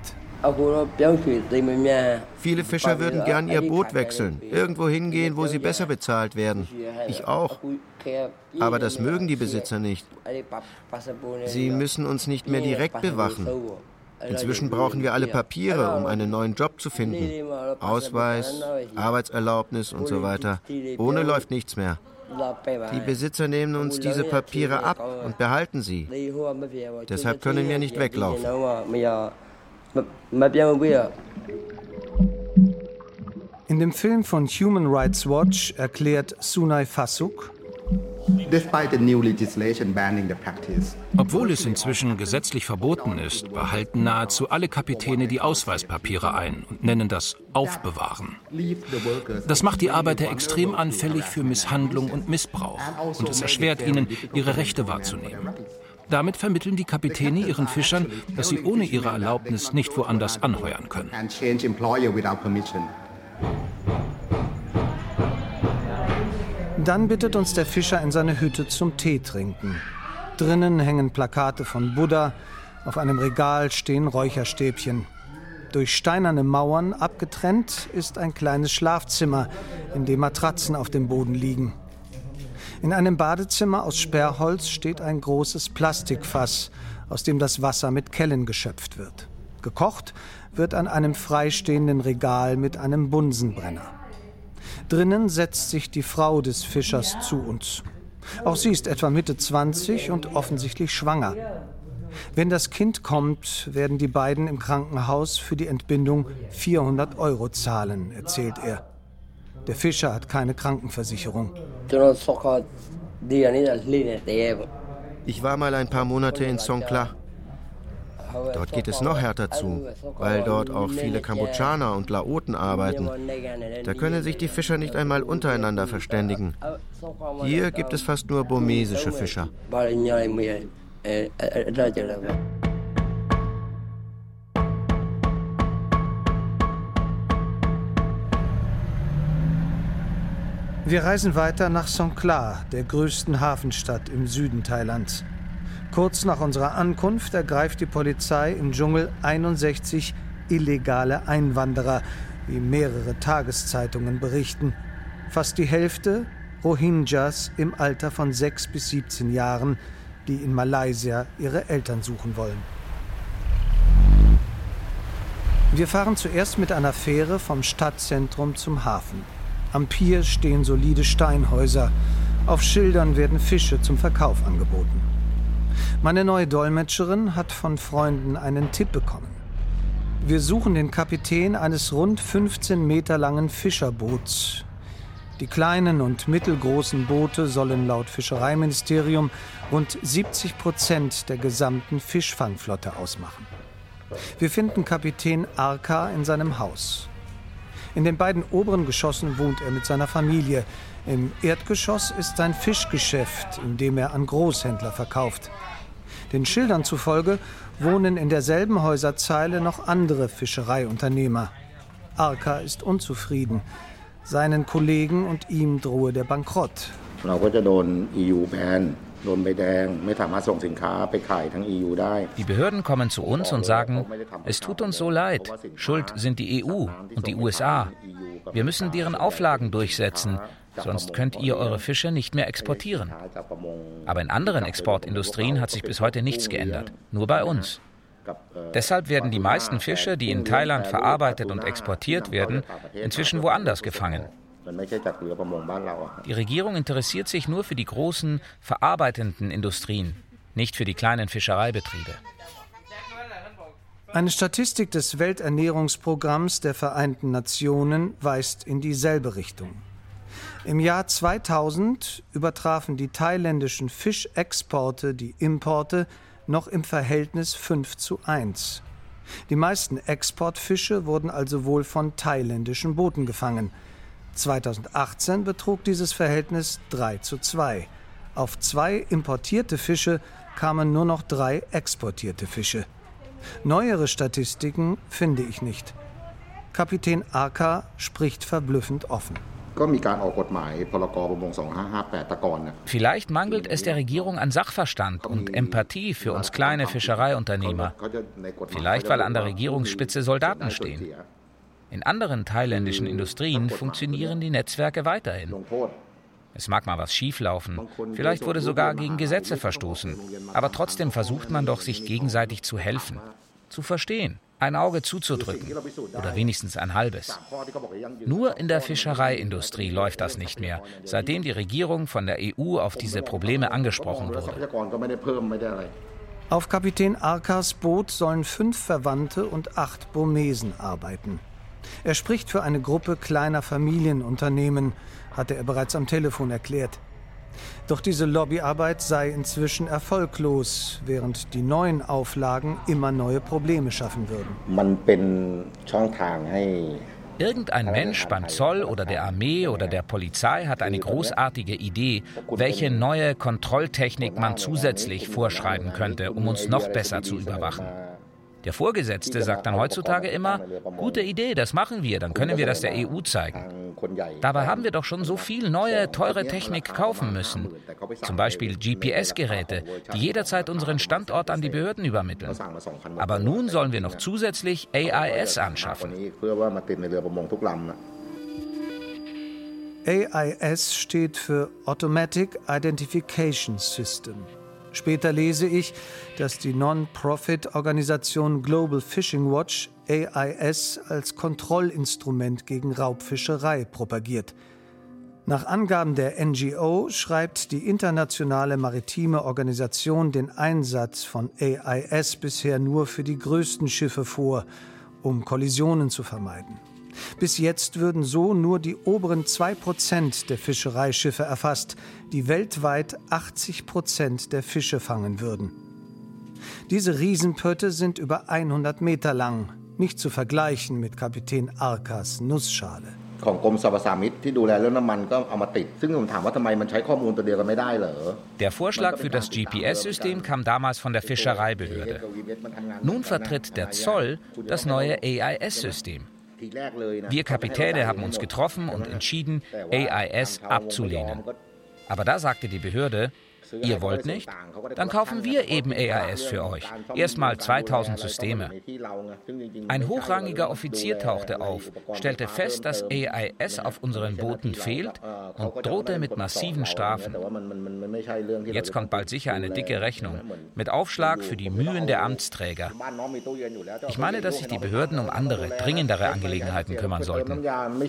Viele Fischer würden gern ihr Boot wechseln, irgendwo hingehen, wo sie besser bezahlt werden. Ich auch. Aber das mögen die Besitzer nicht. Sie müssen uns nicht mehr direkt bewachen. Inzwischen brauchen wir alle Papiere, um einen neuen Job zu finden. Ausweis, Arbeitserlaubnis und so weiter. Ohne läuft nichts mehr. Die Besitzer nehmen uns diese Papiere ab und behalten sie. Deshalb können wir nicht weglaufen. In dem Film von Human Rights Watch erklärt Sunay Phasuk: Obwohl es inzwischen gesetzlich verboten ist, behalten nahezu alle Kapitäne die Ausweispapiere ein und nennen das Aufbewahren. Das macht die Arbeiter extrem anfällig für Misshandlung und Missbrauch und es erschwert ihnen, ihre Rechte wahrzunehmen. Damit vermitteln die Kapitäne ihren Fischern, dass sie ohne ihre Erlaubnis nicht woanders anheuern können. Dann bittet uns der Fischer in seine Hütte zum Tee trinken. Drinnen hängen Plakate von Buddha, auf einem Regal stehen Räucherstäbchen. Durch steinerne Mauern abgetrennt ist ein kleines Schlafzimmer, in dem Matratzen auf dem Boden liegen. In einem Badezimmer aus Sperrholz steht ein großes Plastikfass, aus dem das Wasser mit Kellen geschöpft wird. Gekocht wird an einem freistehenden Regal mit einem Bunsenbrenner. Drinnen setzt sich die Frau des Fischers zu uns. Auch sie ist etwa Mitte 20 und offensichtlich schwanger. Wenn das Kind kommt, werden die beiden im Krankenhaus für die Entbindung 400 € zahlen, erzählt er. Der Fischer hat keine Krankenversicherung. Ich war mal ein paar Monate in Songkhla. Dort geht es noch härter zu, weil dort auch viele Kambodschaner und Laoten arbeiten. Da können sich die Fischer nicht einmal untereinander verständigen. Hier gibt es fast nur burmesische Fischer. Wir reisen weiter nach Songkhla, der größten Hafenstadt im Süden Thailands. Kurz nach unserer Ankunft ergreift die Polizei im Dschungel 61 illegale Einwanderer, wie mehrere Tageszeitungen berichten. Fast die Hälfte Rohingyas im Alter von 6 bis 17 Jahren, die in Malaysia ihre Eltern suchen wollen. Wir fahren zuerst mit einer Fähre vom Stadtzentrum zum Hafen. Am Pier stehen solide Steinhäuser. Auf Schildern werden Fische zum Verkauf angeboten. Meine neue Dolmetscherin hat von Freunden einen Tipp bekommen. Wir suchen den Kapitän eines rund 15 Meter langen Fischerboots. Die kleinen und mittelgroßen Boote sollen laut Fischereiministerium rund 70% der gesamten Fischfangflotte ausmachen. Wir finden Kapitän Arka in seinem Haus. In den beiden oberen Geschossen wohnt er mit seiner Familie. Im Erdgeschoss ist sein Fischgeschäft, in dem er an Großhändler verkauft. Den Schildern zufolge wohnen in derselben Häuserzeile noch andere Fischereiunternehmer. Arka ist unzufrieden. Seinen Kollegen und ihm drohe der Bankrott. Die Behörden kommen zu uns und sagen, es tut uns so leid, schuld sind die EU und die USA. Wir müssen deren Auflagen durchsetzen, sonst könnt ihr eure Fische nicht mehr exportieren. Aber in anderen Exportindustrien hat sich bis heute nichts geändert, nur bei uns. Deshalb werden die meisten Fische, die in Thailand verarbeitet und exportiert werden, inzwischen woanders gefangen. Die Regierung interessiert sich nur für die großen, verarbeitenden Industrien, nicht für die kleinen Fischereibetriebe. Eine Statistik des Welternährungsprogramms der Vereinten Nationen weist in dieselbe Richtung. Im Jahr 2000 übertrafen die thailändischen Fischexporte die Importe noch im Verhältnis 5:1. Die meisten Exportfische wurden also wohl von thailändischen Booten gefangen. 2018 betrug dieses Verhältnis 3:2. Auf 2 importierte Fische kamen nur noch 3 exportierte Fische. Neuere Statistiken finde ich nicht. Kapitän Arka spricht verblüffend offen. Vielleicht mangelt es der Regierung an Sachverstand und Empathie für uns kleine Fischereiunternehmer. Vielleicht, weil an der Regierungsspitze Soldaten stehen. In anderen thailändischen Industrien funktionieren die Netzwerke weiterhin. Es mag mal was schieflaufen, vielleicht wurde sogar gegen Gesetze verstoßen, aber trotzdem versucht man doch, sich gegenseitig zu helfen, zu verstehen, ein Auge zuzudrücken oder wenigstens ein halbes. Nur in der Fischereiindustrie läuft das nicht mehr, seitdem die Regierung von der EU auf diese Probleme angesprochen wurde. Auf Kapitän Arkas Boot sollen 5 Verwandte und 8 Burmesen arbeiten. Er spricht für eine Gruppe kleiner Familienunternehmen, hatte er bereits am Telefon erklärt. Doch diese Lobbyarbeit sei inzwischen erfolglos, während die neuen Auflagen immer neue Probleme schaffen würden. Irgendein Mensch beim Zoll oder der Armee oder der Polizei hat eine großartige Idee, welche neue Kontrolltechnik man zusätzlich vorschreiben könnte, um uns noch besser zu überwachen. Der Vorgesetzte sagt dann heutzutage immer, gute Idee, das machen wir, dann können wir das der EU zeigen. Dabei haben wir doch schon so viel neue, teure Technik kaufen müssen. Zum Beispiel GPS-Geräte, die jederzeit unseren Standort an die Behörden übermitteln. Aber nun sollen wir noch zusätzlich AIS anschaffen. AIS steht für Automatic Identification System. Später lese ich, dass die Non-Profit-Organisation Global Fishing Watch AIS als Kontrollinstrument gegen Raubfischerei propagiert. Nach Angaben der NGO schreibt die internationale maritime Organisation den Einsatz von AIS bisher nur für die größten Schiffe vor, um Kollisionen zu vermeiden. Bis jetzt würden so nur die oberen 2% der Fischereischiffe erfasst, die weltweit 80% der Fische fangen würden. Diese Riesenpötte sind über 100 Meter lang, nicht zu vergleichen mit Kapitän Arkas Nussschale. Der Vorschlag für das GPS-System kam damals von der Fischereibehörde. Nun vertritt der Zoll das neue AIS-System. Wir Kapitäne haben uns getroffen und entschieden, AIS abzulehnen. Aber da sagte die Behörde, Ihr wollt nicht? Dann kaufen wir eben EAS für euch. Erstmal 2000 Systeme. Ein hochrangiger Offizier tauchte auf, stellte fest, dass EAS auf unseren Booten fehlt und drohte mit massiven Strafen. Jetzt kommt bald sicher eine dicke Rechnung, mit Aufschlag für die Mühen der Amtsträger. Ich meine, dass sich die Behörden um andere, dringendere Angelegenheiten kümmern sollten.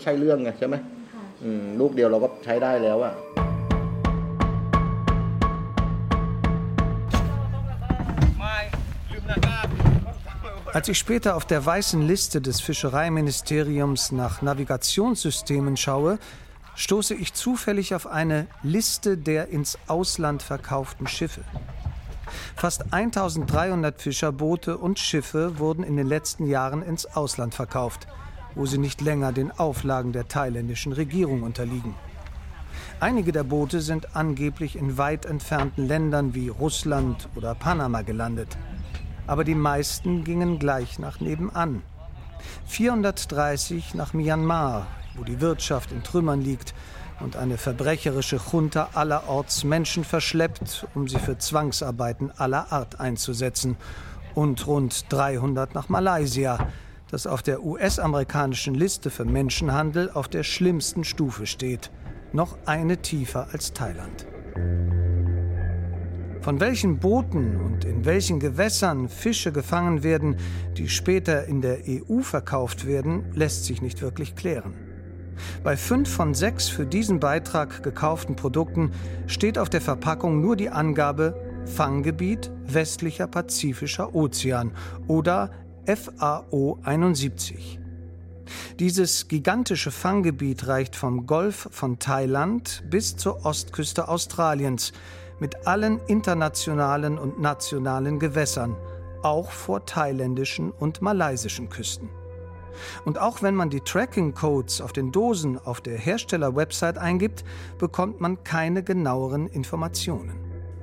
Als ich später auf der weißen Liste des Fischereiministeriums nach Navigationssystemen schaue, stoße ich zufällig auf eine Liste der ins Ausland verkauften Schiffe. Fast 1300 Fischerboote und Schiffe wurden in den letzten Jahren ins Ausland verkauft, wo sie nicht länger den Auflagen der thailändischen Regierung unterliegen. Einige der Boote sind angeblich in weit entfernten Ländern wie Russland oder Panama gelandet. Aber die meisten gingen gleich nach nebenan. 430 nach Myanmar, wo die Wirtschaft in Trümmern liegt und eine verbrecherische Junta allerorts Menschen verschleppt, um sie für Zwangsarbeiten aller Art einzusetzen. Und rund 300 nach Malaysia, das auf der US-amerikanischen Liste für Menschenhandel auf der schlimmsten Stufe steht. Noch eine tiefer als Thailand. Von welchen Booten und in welchen Gewässern Fische gefangen werden, die später in der EU verkauft werden, lässt sich nicht wirklich klären. Bei 5 von 6 für diesen Beitrag gekauften Produkten steht auf der Verpackung nur die Angabe Fanggebiet westlicher Pazifischer Ozean oder FAO 71. Dieses gigantische Fanggebiet reicht vom Golf von Thailand bis zur Ostküste Australiens mit allen internationalen und nationalen Gewässern, auch vor thailändischen und malaysischen Küsten. Und auch wenn man die Tracking-Codes auf den Dosen auf der Hersteller-Website eingibt, bekommt man keine genaueren Informationen.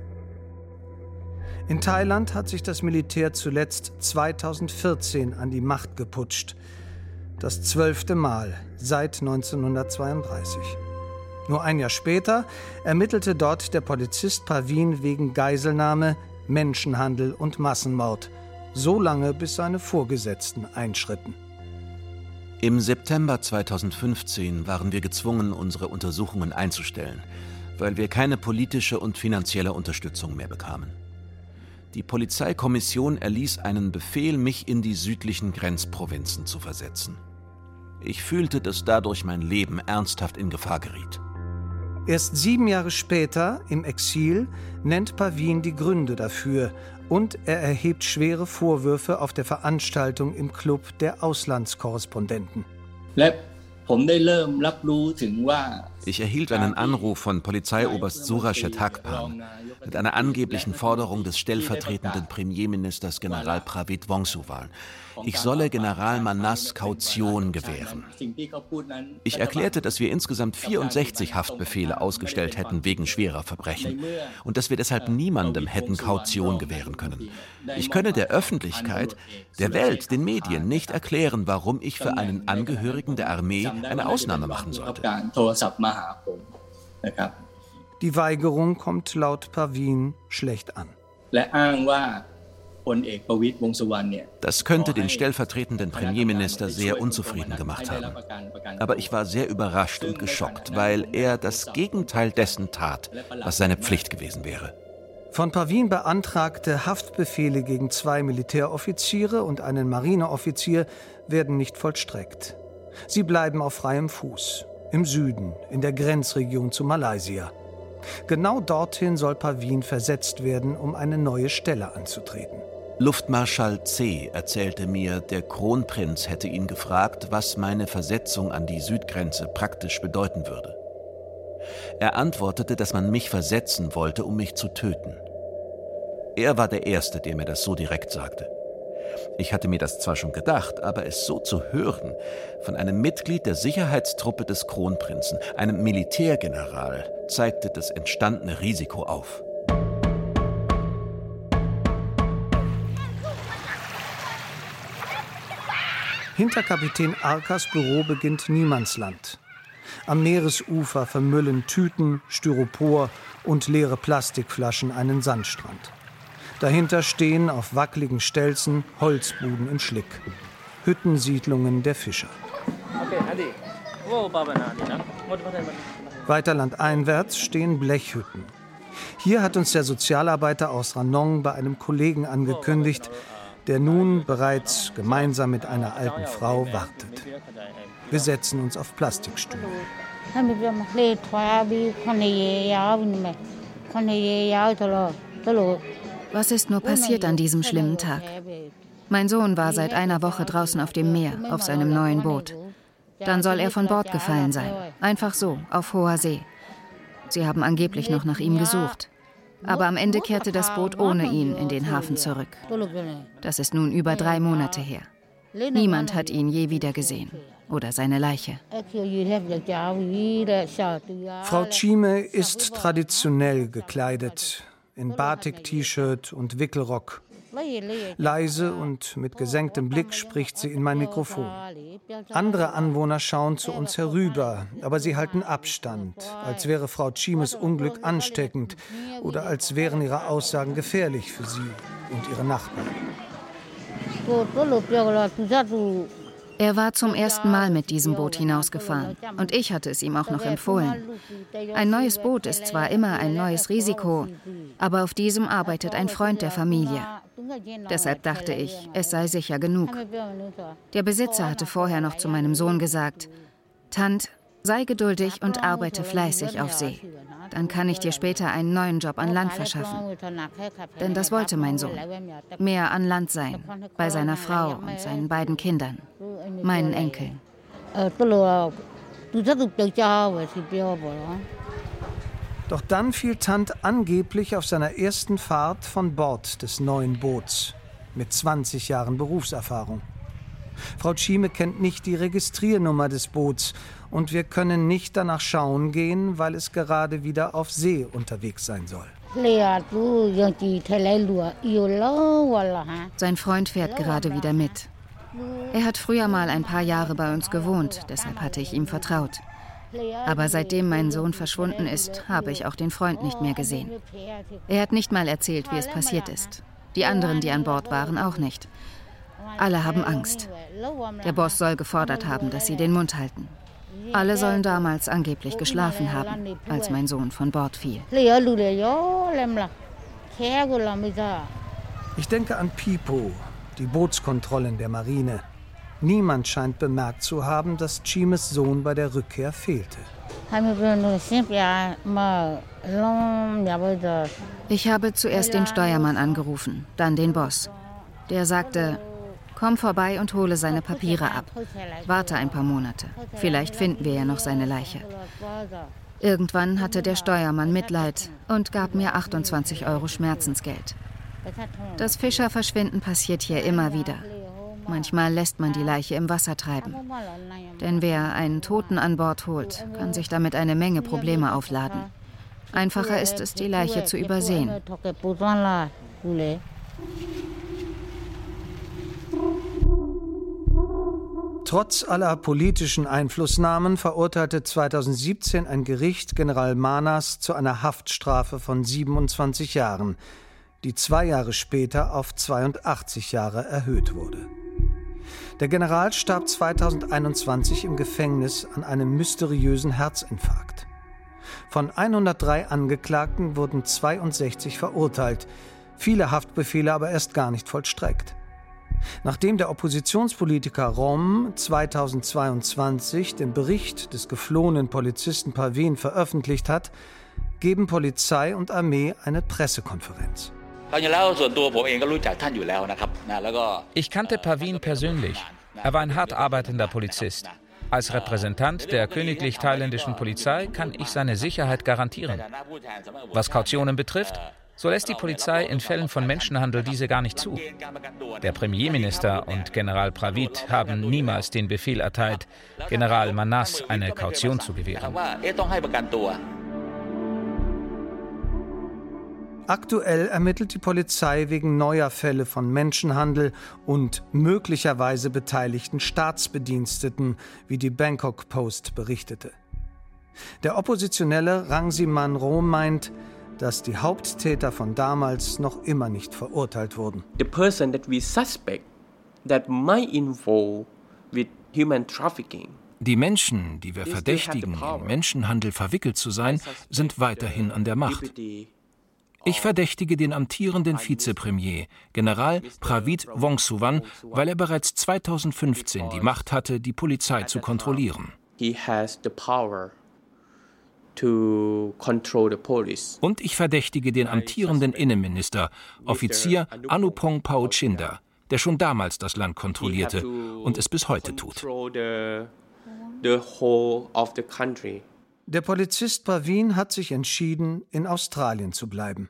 In Thailand hat sich das Militär zuletzt 2014 an die Macht geputscht. Das 12. Mal seit 1932. Nur ein Jahr später ermittelte dort der Polizist Pravin wegen Geiselnahme, Menschenhandel und Massenmord. So lange, bis seine Vorgesetzten einschritten. Im September 2015 waren wir gezwungen, unsere Untersuchungen einzustellen, weil wir keine politische und finanzielle Unterstützung mehr bekamen. Die Polizeikommission erließ einen Befehl, mich in die südlichen Grenzprovinzen zu versetzen. Ich fühlte, dass dadurch mein Leben ernsthaft in Gefahr geriet. Erst 7 Jahre später, im Exil, nennt Pravin die Gründe dafür und er erhebt schwere Vorwürfe auf der Veranstaltung im Club der Auslandskorrespondenten. Ich erhielt einen Anruf von Polizeioberst Surachet Hakpan mit einer angeblichen Forderung des stellvertretenden Premierministers General Pravitt Wongsuwan. Ich solle General Manas Kaution gewähren. Ich erklärte, dass wir insgesamt 64 Haftbefehle ausgestellt hätten wegen schwerer Verbrechen und dass wir deshalb niemandem hätten Kaution gewähren können. Ich könne der Öffentlichkeit, der Welt, den Medien nicht erklären, warum ich für einen Angehörigen der Armee eine Ausnahme machen sollte. Die Weigerung kommt laut Pravin schlecht an. Das könnte den stellvertretenden Premierminister sehr unzufrieden gemacht haben. Aber ich war sehr überrascht und geschockt, weil er das Gegenteil dessen tat, was seine Pflicht gewesen wäre. Von Pravin beantragte Haftbefehle gegen 2 Militäroffiziere und einen Marineoffizier werden nicht vollstreckt. Sie bleiben auf freiem Fuß, im Süden, in der Grenzregion zu Malaysia. Genau dorthin soll Pravin versetzt werden, um eine neue Stelle anzutreten. Luftmarschall C. erzählte mir, der Kronprinz hätte ihn gefragt, was meine Versetzung an die Südgrenze praktisch bedeuten würde. Er antwortete, dass man mich versetzen wollte, um mich zu töten. Er war der Erste, der mir das so direkt sagte. Ich hatte mir das zwar schon gedacht, aber es so zu hören, von einem Mitglied der Sicherheitstruppe des Kronprinzen, einem Militärgeneral, zeigte das entstandene Risiko auf. Hinter Kapitän Arkas Büro beginnt Niemandsland. Am Meeresufer vermüllen Tüten, Styropor und leere Plastikflaschen einen Sandstrand. Dahinter stehen auf wackeligen Stelzen Holzbuden im Schlick. Hüttensiedlungen der Fischer. Weiter landeinwärts stehen Blechhütten. Hier hat uns der Sozialarbeiter aus Ranong bei einem Kollegen angekündigt, der nun bereits gemeinsam mit einer alten Frau wartet. Wir setzen uns auf Plastikstühle. Was ist nur passiert an diesem schlimmen Tag? Mein Sohn war seit einer Woche draußen auf dem Meer, auf seinem neuen Boot. Dann soll er von Bord gefallen sein. Einfach so, auf hoher See. Sie haben angeblich noch nach ihm gesucht. Aber am Ende kehrte das Boot ohne ihn in den Hafen zurück. Das ist nun über 3 Monate her. Niemand hat ihn je wieder gesehen. Oder seine Leiche. Frau Chime ist traditionell gekleidet. In Batik-T-Shirt und Wickelrock. Leise und mit gesenktem Blick spricht sie in mein Mikrofon. Andere Anwohner schauen zu uns herüber, aber sie halten Abstand, als wäre Frau Chimes Unglück ansteckend oder als wären ihre Aussagen gefährlich für sie und ihre Nachbarn. Er war zum ersten Mal mit diesem Boot hinausgefahren und ich hatte es ihm auch noch empfohlen. Ein neues Boot ist zwar immer ein neues Risiko, aber auf diesem arbeitet ein Freund der Familie. Deshalb dachte ich, es sei sicher genug. Der Besitzer hatte vorher noch zu meinem Sohn gesagt: Tant, sei geduldig und arbeite fleißig auf See. Dann kann ich dir später einen neuen Job an Land verschaffen. Denn das wollte mein Sohn. Mehr an Land sein, bei seiner Frau und seinen beiden Kindern, meinen Enkeln. Doch dann fiel Tant angeblich auf seiner ersten Fahrt von Bord des neuen Boots mit 20 Jahren Berufserfahrung. Frau Chime kennt nicht die Registriernummer des Boots und wir können nicht danach schauen gehen, weil es gerade wieder auf See unterwegs sein soll. Sein Freund fährt gerade wieder mit. Er hat früher mal ein paar Jahre bei uns gewohnt, deshalb hatte ich ihm vertraut. Aber seitdem mein Sohn verschwunden ist, habe ich auch den Freund nicht mehr gesehen. Er hat nicht mal erzählt, wie es passiert ist. Die anderen, die an Bord waren, auch nicht. Alle haben Angst. Der Boss soll gefordert haben, dass sie den Mund halten. Alle sollen damals angeblich geschlafen haben, als mein Sohn von Bord fiel. Ich denke an Pipo, die Bootskontrollen der Marine. Niemand scheint bemerkt zu haben, dass Chimes Sohn bei der Rückkehr fehlte. Ich habe zuerst den Steuermann angerufen, dann den Boss. Der sagte: Komm vorbei und hole seine Papiere ab. Warte ein paar Monate. Vielleicht finden wir ja noch seine Leiche. Irgendwann hatte der Steuermann Mitleid und gab mir 28 € Schmerzensgeld. Das Fischerverschwinden passiert hier immer wieder. Manchmal lässt man die Leiche im Wasser treiben. Denn wer einen Toten an Bord holt, kann sich damit eine Menge Probleme aufladen. Einfacher ist es, die Leiche zu übersehen. Trotz aller politischen Einflussnahmen verurteilte 2017 ein Gericht General Manas zu einer Haftstrafe von 27 Jahren, die 2 Jahre später auf 82 Jahre erhöht wurde. Der General starb 2021 im Gefängnis an einem mysteriösen Herzinfarkt. Von 103 Angeklagten wurden 62 verurteilt, viele Haftbefehle aber erst gar nicht vollstreckt. Nachdem der Oppositionspolitiker Rom 2022 den Bericht des geflohenen Polizisten Pavin veröffentlicht hat, geben Polizei und Armee eine Pressekonferenz. Ich kannte Pavin persönlich. Er war ein hart arbeitender Polizist. Als Repräsentant der königlich thailändischen Polizei kann ich seine Sicherheit garantieren. Was Kautionen betrifft, so lässt die Polizei in Fällen von Menschenhandel diese gar nicht zu. Der Premierminister und General Pravith haben niemals den Befehl erteilt, General Manas eine Kaution zu gewähren. Aktuell ermittelt die Polizei wegen neuer Fälle von Menschenhandel und möglicherweise beteiligten Staatsbediensteten, wie die Bangkok Post berichtete. Der Oppositionelle Rangsiman meint, dass die Haupttäter von damals noch immer nicht verurteilt wurden. The person that we suspect that might involve with human trafficking. Die Menschen, die wir verdächtigen, in Menschenhandel verwickelt zu sein, sind weiterhin an der Macht. Ich verdächtige den amtierenden Vizepremier, General Pravitt Wongsuwan, weil er bereits 2015 die Macht hatte, die Polizei zu kontrollieren. He has the power to control the police. Und ich verdächtige den amtierenden Innenminister, Offizier Anupong Paochinda, der schon damals das Land kontrollierte und es bis heute tut. The whole of the country. Der Polizist Pravin hat sich entschieden, in Australien zu bleiben.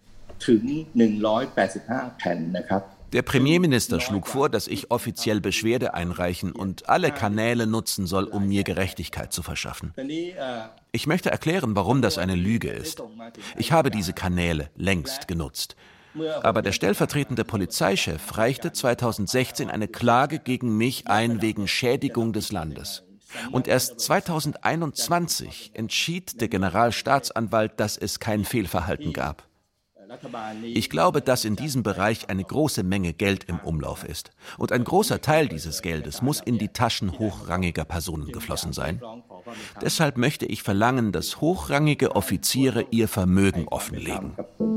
Der Premierminister schlug vor, dass ich offiziell Beschwerde einreichen und alle Kanäle nutzen soll, um mir Gerechtigkeit zu verschaffen. Ich möchte erklären, warum das eine Lüge ist. Ich habe diese Kanäle längst genutzt. Aber der stellvertretende Polizeichef reichte 2016 eine Klage gegen mich ein wegen Schädigung des Landes. Und erst 2021 entschied der Generalstaatsanwalt, dass es kein Fehlverhalten gab. Ich glaube, dass in diesem Bereich eine große Menge Geld im Umlauf ist. Und ein großer Teil dieses Geldes muss in die Taschen hochrangiger Personen geflossen sein. Deshalb möchte ich verlangen, dass hochrangige Offiziere ihr Vermögen offenlegen.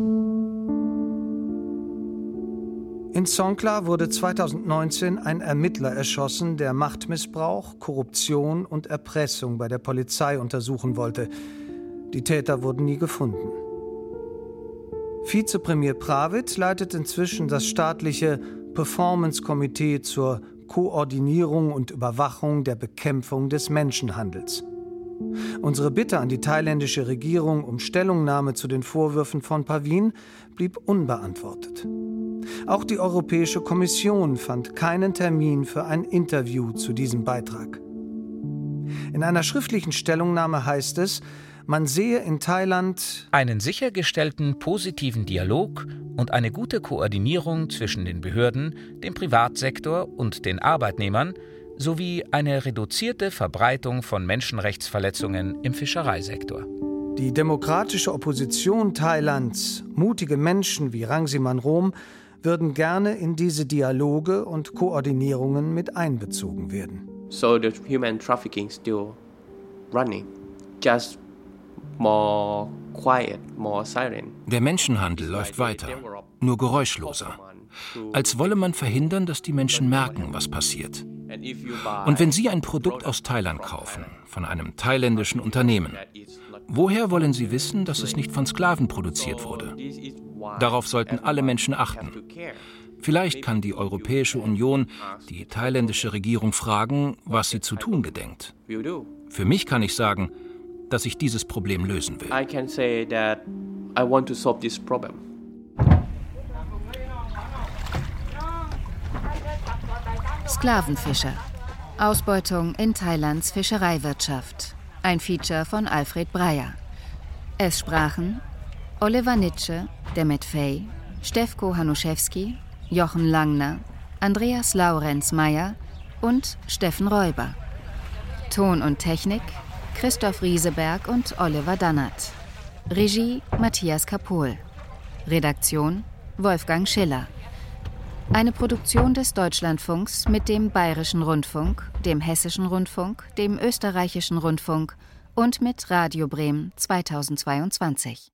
In Songkhla wurde 2019 ein Ermittler erschossen, der Machtmissbrauch, Korruption und Erpressung bei der Polizei untersuchen wollte. Die Täter wurden nie gefunden. Vizepremier Pravitt leitet inzwischen das staatliche Performance-Komitee zur Koordinierung und Überwachung der Bekämpfung des Menschenhandels. Unsere Bitte an die thailändische Regierung um Stellungnahme zu den Vorwürfen von Pravin blieb unbeantwortet. Auch die Europäische Kommission fand keinen Termin für ein Interview zu diesem Beitrag. In einer schriftlichen Stellungnahme heißt es, man sehe in Thailand einen sichergestellten positiven Dialog und eine gute Koordinierung zwischen den Behörden, dem Privatsektor und den Arbeitnehmern sowie eine reduzierte Verbreitung von Menschenrechtsverletzungen im Fischereisektor. Die demokratische Opposition Thailands, mutige Menschen wie Rangsiman würden gerne in diese Dialoge und Koordinierungen mit einbezogen werden. So the human trafficking still running, just more quiet, more silent. Der Menschenhandel läuft weiter, nur geräuschloser. Als wolle man verhindern, dass die Menschen merken, was passiert. Und wenn Sie ein Produkt aus Thailand kaufen, von einem thailändischen Unternehmen, woher wollen Sie wissen, dass es nicht von Sklaven produziert wurde? Darauf sollten alle Menschen achten. Vielleicht kann die Europäische Union die thailändische Regierung fragen, was sie zu tun gedenkt. Für mich kann ich sagen, dass ich dieses Problem lösen will. I can say that I want to solve this problem. Sklavenfischer. Ausbeutung in Thailands Fischereiwirtschaft. Ein Feature von Alfred Breyer. Es sprachen Oliver Nitsche, Demet Fey, Stefko Hanuszewski, Jochen Langner, Andreas Laurenz-Meyer und Steffen Räuber. Ton und Technik Christoph Rieseberg und Oliver Dannert. Regie Matthias Kapohl. Redaktion Wolfgang Schiller. Eine Produktion des Deutschlandfunks mit dem Bayerischen Rundfunk, dem Hessischen Rundfunk, dem Österreichischen Rundfunk und mit Radio Bremen 2022.